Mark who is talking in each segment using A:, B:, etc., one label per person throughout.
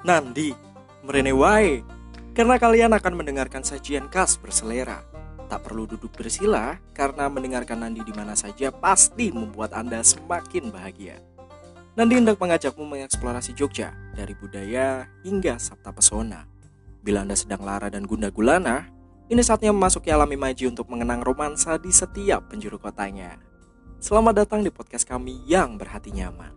A: Nandi, merene wae. Karena kalian akan mendengarkan sajian khas berselera. Tak perlu duduk bersila, karena mendengarkan Nandi di mana saja pasti membuat Anda semakin bahagia. Nandi hendak mengajakmu mengeksplorasi Jogja, dari budaya hingga sabta pesona. Bila Anda sedang lara dan gundah gulana, ini saatnya memasuki alam imaji untuk mengenang romansa di setiap penjuru kotanya. Selamat datang di podcast kami yang berhati nyaman.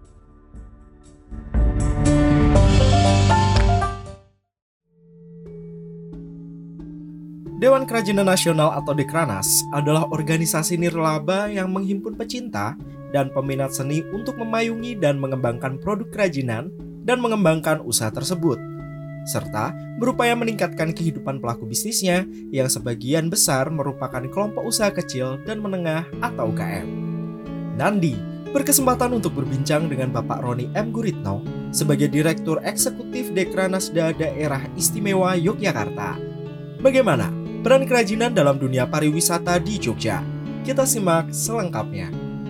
A: Dewan Kerajinan Nasional atau Dekranas adalah organisasi nirlaba yang menghimpun pecinta dan peminat seni untuk memayungi dan mengembangkan produk kerajinan dan mengembangkan usaha tersebut, serta berupaya meningkatkan kehidupan pelaku bisnisnya yang sebagian besar merupakan kelompok usaha kecil dan menengah atau UKM. Nandi berkesempatan untuk berbincang dengan Bapak Roni M. Guritno sebagai Direktur Eksekutif Dekranasda Daerah Istimewa Yogyakarta. Bagaimana peran kerajinan dalam dunia pariwisata di Jogja? Kita simak selengkapnya.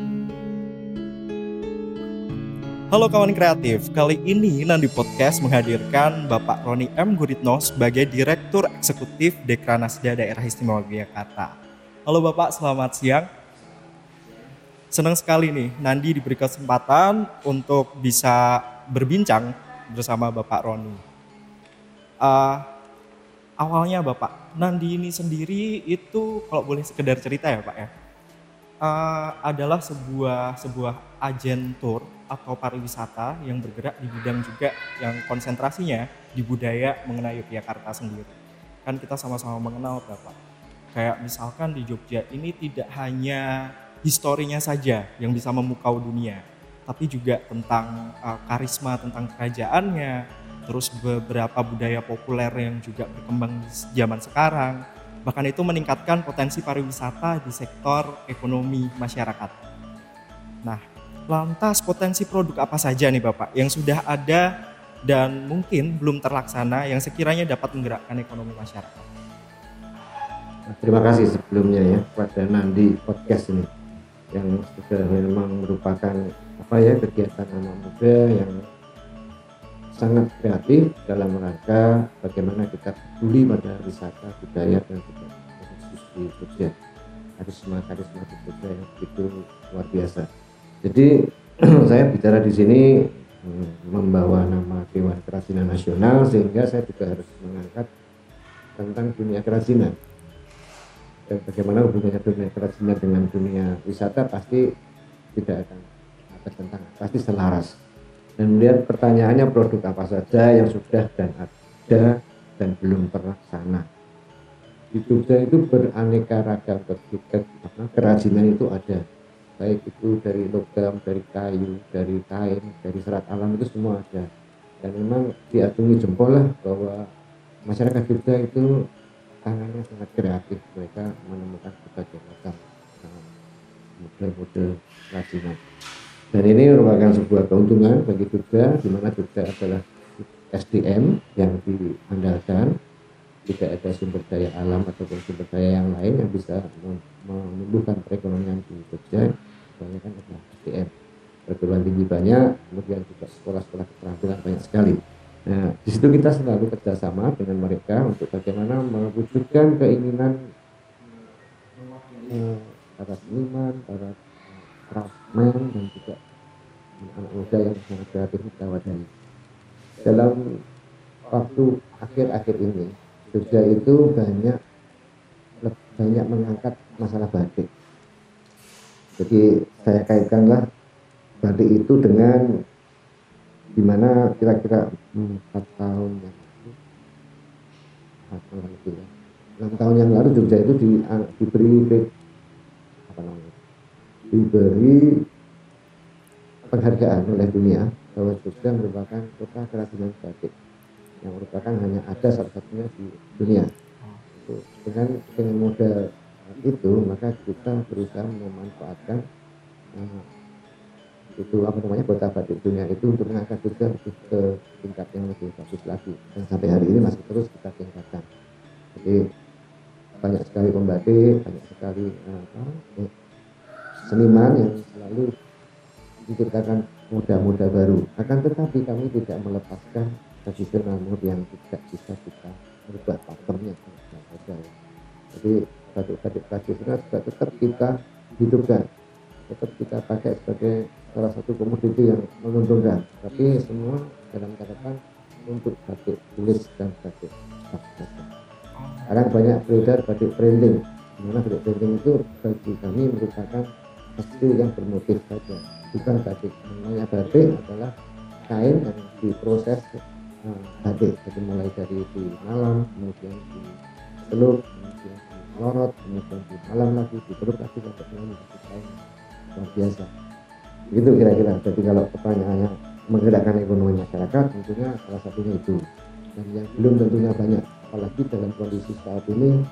A: Halo kawan kreatif, kali ini Nandi Podcast menghadirkan Bapak Roni M. Guritno sebagai Direktur Eksekutif Dekranasda Daerah Istimewa Yogyakarta. Halo Bapak, selamat siang. Senang sekali nih Nandi diberi kesempatan untuk bisa berbincang bersama Bapak Roni. Awalnya Bapak, Nandi ini sendiri itu kalau boleh sekedar cerita ya Pak ya, adalah sebuah agen tour atau pariwisata yang bergerak di bidang juga yang konsentrasinya di budaya mengenai Yogyakarta sendiri. Kan kita sama-sama mengenal Bapak. Kayak misalkan di Jogja ini tidak hanya historinya saja yang bisa memukau dunia, tapi juga tentang karisma tentang kerajaannya, terus beberapa budaya populer yang juga berkembang di zaman sekarang. Bahkan itu meningkatkan potensi pariwisata di sektor ekonomi masyarakat. Nah, lantas potensi produk apa saja nih Bapak yang sudah ada dan mungkin belum terlaksana yang sekiranya dapat menggerakkan ekonomi masyarakat?
B: Terima kasih sebelumnya ya kepada Nandi Podcast ini yang sudah memang merupakan kegiatan anak muda yang sangat kreatif dalam rangka bagaimana kita peduli pada wisata budaya dan juga khusus di Jogja. Karisma di Jogja yang begitu luar biasa. Jadi saya bicara di sini membawa nama Dewan Kerajinan Nasional, sehingga saya juga harus mengangkat tentang dunia kerajinan dan bagaimana hubungannya dunia kerajinan dengan dunia wisata pasti tidak akan bertentangan, pasti selaras. Dan melihat pertanyaannya produk apa saja yang sudah dan ada dan belum terlaksana. Di Jogja itu beraneka ragam kerajinan itu ada, baik itu dari logam, dari kayu, dari kain, dari serat alam, itu semua ada. Dan memang diacungi jempol lah bahwa masyarakat Jogja itu tangannya sangat kreatif, mereka menemukan berbagai macam model-model kerajinan. Dan ini merupakan sebuah keuntungan bagi Jogja, di mana Jogja adalah SDM yang diandalkan, tidak ada sumber daya alam ataupun sumber daya yang lain yang bisa menumbuhkan perekonomian di Jogja. Kebanyakan adalah SDM, perguruan tinggi banyak, kemudian juga sekolah-sekolah keterampilan banyak sekali. Nah, di situ kita selalu kerjasama dengan mereka untuk bagaimana mewujudkan keinginan para seniman, para craftsman dan juga anak muda yang sangat kreatif tawadani. Dalam waktu akhir-akhir ini, Jogja itu banyak mengangkat masalah batik. Jadi saya kaitkanlah batik itu dengan dimana kira-kira 4 tahun yang lalu, 6 tahun yang lalu Jogja itu diberi penghargaan oleh dunia bahwa Jogja merupakan kota kerajinan batik yang merupakan hanya ada satu-satunya di dunia. Dengan modal itu maka kita berusaha memanfaatkan kota batik dunia itu untuk mengangkat Jogja ke tingkat yang lebih bagus lagi, dan sampai hari ini masih terus kita tingkatkan. Jadi banyak sekali pembatik, banyak sekali seniman yang selalu menciptakan muda-muda baru. Akan tetapi kami tidak melepaskan tradisional yang tidak bisa kita merubah patternnya saja ya. Jadi batik-batik tradisional juga tetap kita hidupkan, tetap kita pakai sebagai salah satu komoditi yang menguntungkan, tapi semua dalam catatan untuk batik tulis dan batik kertas saja. Sekarang banyak beredar batik printing, dimana batik printing itu bagi kami merupakan hasil yang bermotif saja, bukan batik. Namanya batik adalah kain yang diproses batik, jadi mulai dari di malam, kemudian di teluk, kemudian di lorot, kemudian di malam lagi, di teluk lagi, sampai dengan menjadi kain luar biasa. Begitu kira-kira. Jadi kalau pertanyaannya menggerakkan ekonomi masyarakat, tentunya salah satunya itu. Dan yang belum tentunya banyak, apalagi dalam kondisi saat ini,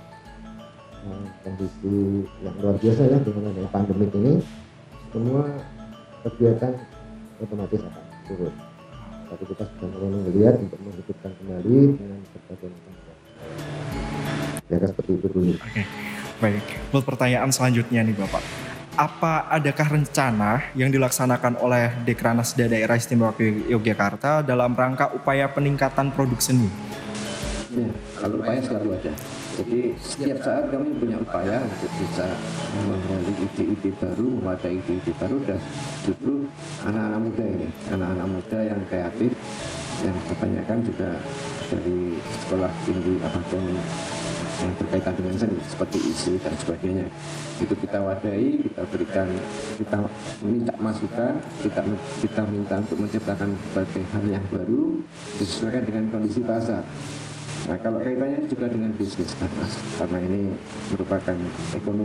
B: kondisi yang luar biasa ya, dengan adanya pandemi ini, semua kegiatan otomatis akan turun. Tapi kita sudah mulai melihat untuk menghidupkan kembali dengan berbagai macam cara. Ya, seperti itu dulu.
A: Oke, baik. Buat pertanyaan selanjutnya nih Bapak, apa adakah rencana yang dilaksanakan oleh Dekranasda Daerah Istimewa Yogyakarta dalam rangka upaya peningkatan produk seni?
C: Ya, kalau upaya selalu ada. Jadi setiap saat kami punya upaya untuk bisa menggali ide-ide baru, mewadahi ide-ide baru, dan justru anak-anak muda ini, anak-anak muda yang kreatif, yang kebanyakan juga dari sekolah tinggi akademi yang berkaitan dengan seni seperti ISI dan sebagainya. Itu kita wadahi, kita berikan, kita minta masukan, kita minta untuk menciptakan berbagai hal yang baru disesuaikan dengan kondisi pasar. Nah, kalau kaitannya juga dengan bisnis, karena ini merupakan ekonomi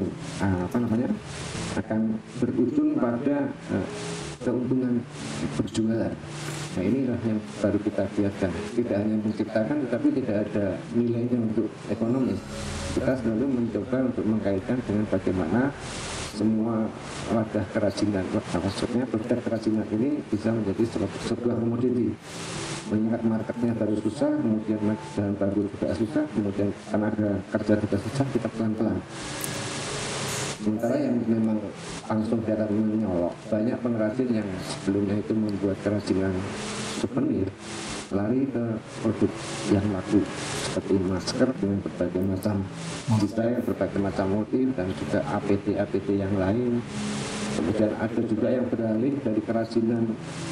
C: akan berujung pada keuntungan berjualan. Nah, inilah yang baru kita giatkan. Tidak hanya menciptakan, tetapi tidak ada nilainya untuk ekonomis. Kita selalu mencoba untuk mengkaitkan dengan bagaimana semua wadah kerajinan, maksudnya produk kerajinan ini bisa menjadi sebuah komoditi. Mengingat marketnya baru susah, kemudian bahan baku juga susah, kemudian tenaga kerja juga susah, kita pelan-pelan. Sementara yang memang langsung datang menyolok, banyak pengrajin yang sebelumnya itu membuat kerajinan souvenir, lari ke produk yang laku seperti masker dengan berbagai macam desain, berbagai macam motif, dan juga APT yang lain. Kemudian ada juga yang beralih dari kerajinan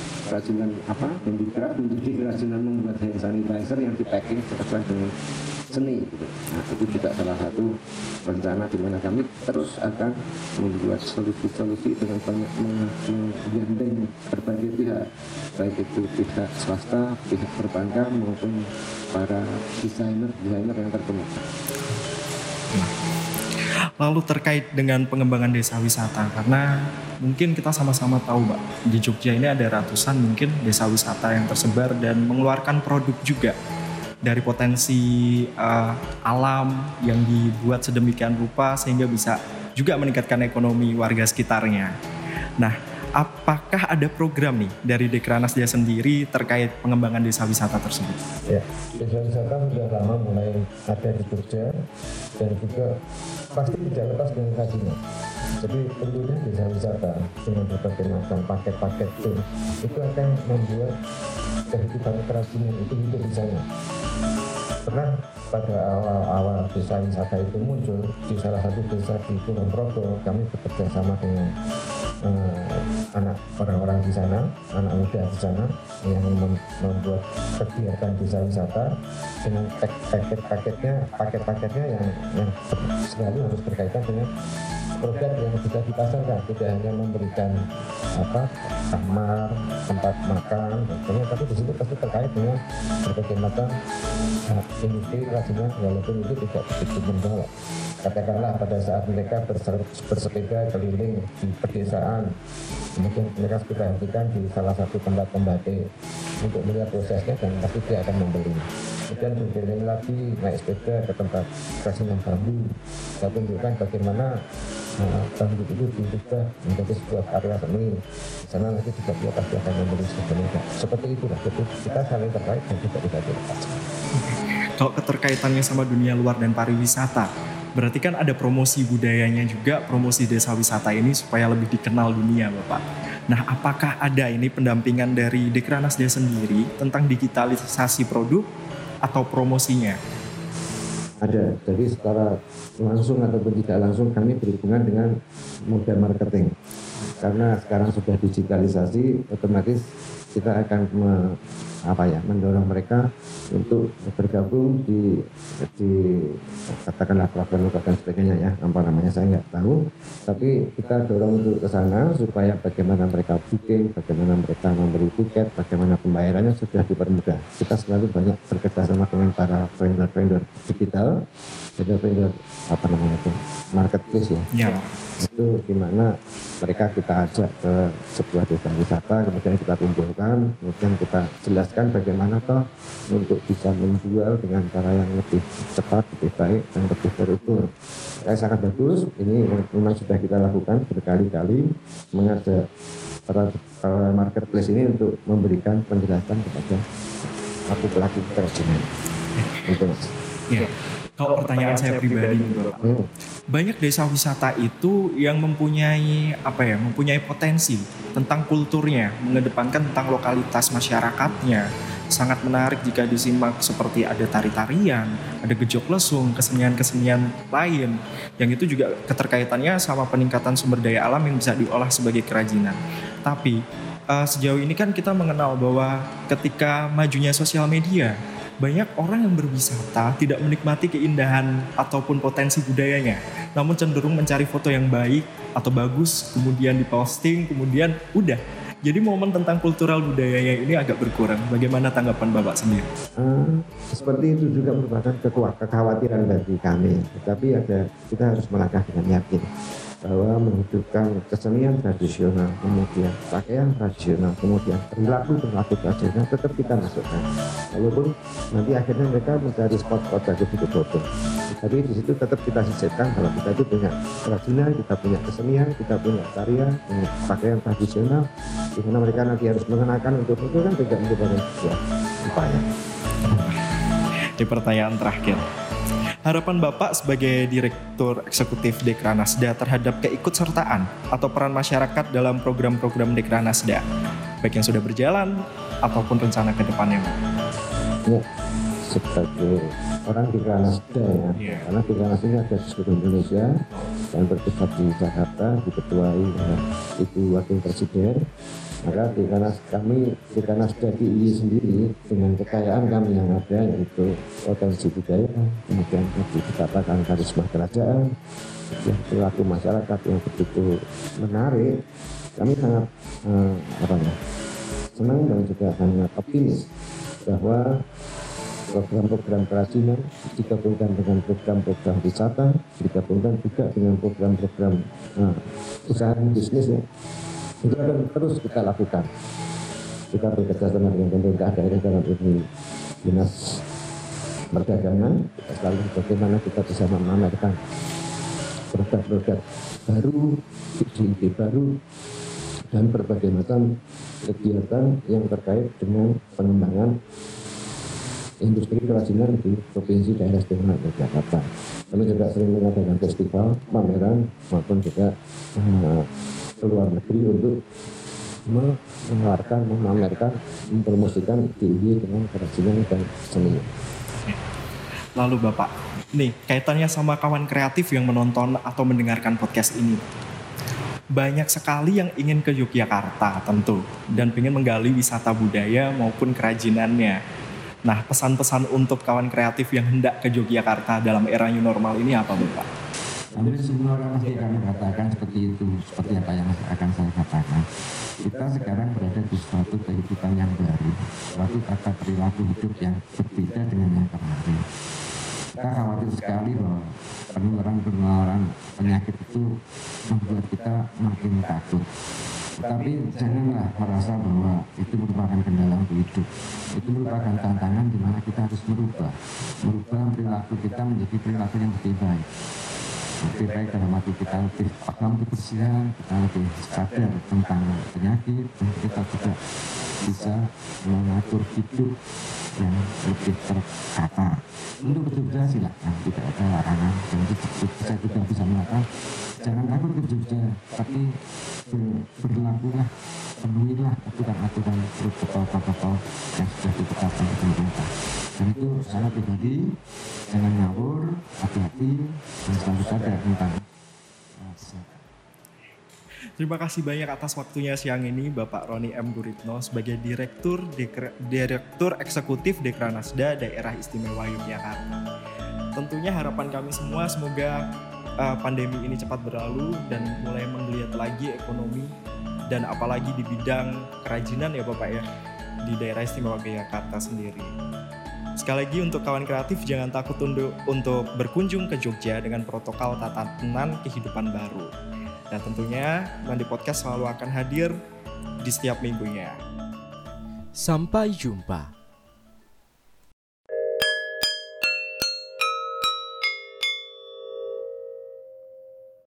C: handicraft menjadi kerajinan membuat hand sanitizer yang di-packing sesuai dengan seni gitu. Nah, itu juga salah satu rencana di mana kami terus akan membuat solusi-solusi dengan banyak menggandeng berbagai pihak, baik itu pihak swasta, pihak perbankan maupun para desainer yang terkemuka.
A: Lalu terkait dengan pengembangan desa wisata, karena mungkin kita sama-sama tahu Mbak, di Jogja ini ada ratusan mungkin desa wisata yang tersebar dan mengeluarkan produk juga dari potensi alam yang dibuat sedemikian rupa sehingga bisa juga meningkatkan ekonomi warga sekitarnya. Nah, apakah ada program nih dari Dekranasda sendiri terkait pengembangan desa wisata tersebut?
B: Ya, desa wisata sudah lama mulai ada di Jogja dan juga pasti tidak lepas dengan kerajinan. Jadi tentunya desa wisata dengan berbagai macam paket-paket itu akan membuat kehidupan kerajinan itu hidup di sana. Pernah pada awal-awal desa wisata itu muncul di salah satu desa di Kulon Progo, kami bekerja sama dengan anak orang-orang di sana, anak muda di sana yang membuat kegiatan desa wisata dengan paket-paketnya yang selalu harus berkaitan dengan produk yang bisa dipasarkan, tidak hanya memberikan kamar, tempat makan, tapi di situ pasti terkait dengan berbagai macam industri kerajinan, walaupun itu tidak begitu mencolok. Katakanlah pada saat mereka bersepeda keliling di pedesaan, kemudian mereka berhentikan di salah satu tempat pembatik untuk melihat prosesnya dan pasti dia akan membeli. Kemudian berkeliling lagi naik sepeda ke tempat kerajinan bambu, saya tunjukkan bagaimana bambu itu diubah menjadi sebuah karya seni. Di sana nanti juga dia pasti akan membeli sebenarnya. Seperti itulah, jadi kita saling terkait dan tidak bisa dilepas.
A: Kalau keterkaitannya sama dunia luar dan pariwisata, Berarti kan ada promosi budayanya juga, promosi desa wisata ini supaya lebih dikenal dunia Bapak. Nah, apakah ada ini pendampingan dari Dekranasda sendiri tentang digitalisasi produk atau promosinya?
B: Ada, jadi secara langsung ataupun tidak langsung kami berhubungan dengan moda marketing. Karena sekarang sudah digitalisasi, otomatis kita akan mendorong mereka untuk bergabung di katakanlah platform dan sebagainya ya, apa namanya saya nggak tahu, tapi kita dorong untuk ke sana supaya bagaimana mereka booking, bagaimana mereka membeli tiket, bagaimana pembayarannya sudah dipermudah. Kita selalu banyak bekerjasama dengan para vendor-vendor digital, vendor-vendor marketplace ya. Itu dimana mereka kita ajak ke sebuah desa wisata, kemudian kita kumpulkan, kemudian kita jelaskan bagaimana toh untuk bisa menjual dengan cara yang lebih cepat, lebih baik, dan lebih terukur. Sangat bagus, ini memang sudah kita lakukan berkali-kali, mengajak para marketplace ini untuk memberikan penjelasan kepada pelaku kerajinan. Itu mas.
A: Ya. Kalau pertanyaan saya pribadi, Bapak, banyak desa wisata itu yang mempunyai potensi tentang kulturnya, mengedepankan tentang lokalitas masyarakatnya. Sangat menarik jika disimak seperti ada tari-tarian, ada gejok lesung, kesenian-kesenian lain, yang itu juga keterkaitannya sama peningkatan sumber daya alam yang bisa diolah sebagai kerajinan. Tapi sejauh ini kan kita mengenal bahwa ketika majunya sosial media, banyak orang yang berwisata tidak menikmati keindahan ataupun potensi budayanya, namun cenderung mencari foto yang baik atau bagus, kemudian diposting, kemudian udah. Jadi momen tentang kultural budayanya ini agak berkurang. Bagaimana tanggapan Bapak sendiri?
B: Seperti itu juga merupakan kekhawatiran bagi kami. Tetapi kita harus melangkah dengan yakin bahwa menghidupkan kesenian tradisional, kemudian pakaian tradisional, kemudian perilaku tradisional tetap kita masukkan. Walaupun nanti akhirnya mereka mencari spot-spot bagus untuk foto, tapi di situ tetap kita sisipkan kalau kita itu punya kerajinan, kita punya kesenian, kita punya tarian, punya pakaian tradisional, di mana mereka nanti harus mengenakan untuk foto kan tidak merupakan sebuah upaya.
A: Di pertanyaan terakhir, harapan Bapak sebagai Direktur Eksekutif Dekranasda terhadap keikutsertaan atau peran masyarakat dalam program-program Dekranasda, baik yang sudah berjalan ataupun rencana ke depannya, Pak?
B: Ya, sebagai orang Dekranasda ya, karena Dekranasda ini ada di seluruh Indonesia dan berpusat di Jakarta, diketuai oleh Ibu Wakil Presiden. Maka Dekranasda DIY sendiri dengan kekayaan kami yang ada, yaitu potensi budaya, kemudian dikatakan karisma kerajaan, perilaku masyarakat yang begitu menarik, kami sangat senang dan juga sangat optimis bahwa program-program kerajinan digabungkan dengan program-program wisata, digabungkan juga dengan program-program usaha bisnis ya, itu akan terus kita lakukan. Kita bekerjasama dengan pemerintah daerah dalam ini Dinas Perdagangan, kita selalu bagaimana kita bisa memamerkan produk-produk baru, ide baru, dan berbagai macam kegiatan yang terkait dengan pengembangan industri kerajinan di Provinsi Daerah Istimewa Yogyakarta. Kami juga sering mengadakan festival, pameran, maupun juga keluar negeri untuk mengeluarkan, memamerkan, mempromosikan DIY dengan kerajinan dan seni.
A: Lalu Bapak, nih kaitannya sama kawan kreatif yang menonton atau mendengarkan podcast ini. Banyak sekali yang ingin ke Yogyakarta tentu, dan ingin menggali wisata budaya maupun kerajinannya. Nah, pesan-pesan untuk kawan kreatif yang hendak ke Yogyakarta dalam era new normal ini apa Bapak?
D: Hampir semua orang pasti akan mengatakan seperti itu, seperti apa yang akan saya katakan. Kita sekarang berada di suatu kehidupan yang baru, suatu tata perilaku hidup yang berbeda dengan yang kemarin. Kita khawatir sekali bahwa penularan penyakit itu membuat kita makin takut. Tetapi janganlah merasa bahwa itu merupakan kendala untuk hidup. Itu merupakan tantangan di mana kita harus merubah perilaku kita menjadi perilaku yang lebih baik. Lebih baik dalam arti kita lebih paham kebersihan, kita lebih sadar tentang penyakit, dan kita juga bisa mengatur hidup yang lebih tertata. Untuk ke Jogja silakan, tidak ada larangan. Dan saya juga bisa mengatakan jangan takut ke Jogja, tapi berlakulah, penuhilah aturan-aturan protokol yang sudah ditetapkan pemerintah. Dan itu secara pribadi, jangan ngawur, hati-hati, dan selalu sadar tentang
A: Terima kasih banyak atas waktunya siang ini Bapak Roni M. Guritno sebagai Direktur Eksekutif Dekranasda Daerah Istimewa Yogyakarta. Tentunya harapan kami semua semoga pandemi ini cepat berlalu dan mulai menggeliat lagi ekonomi dan apalagi di bidang kerajinan ya Bapak ya di Daerah Istimewa Yogyakarta sendiri. Sekali lagi untuk kawan kreatif jangan takut untuk berkunjung ke Jogja dengan protokol tatanan kehidupan baru. Dan tentunya Nandi Podcast selalu akan hadir di setiap minggunya.
E: Sampai jumpa.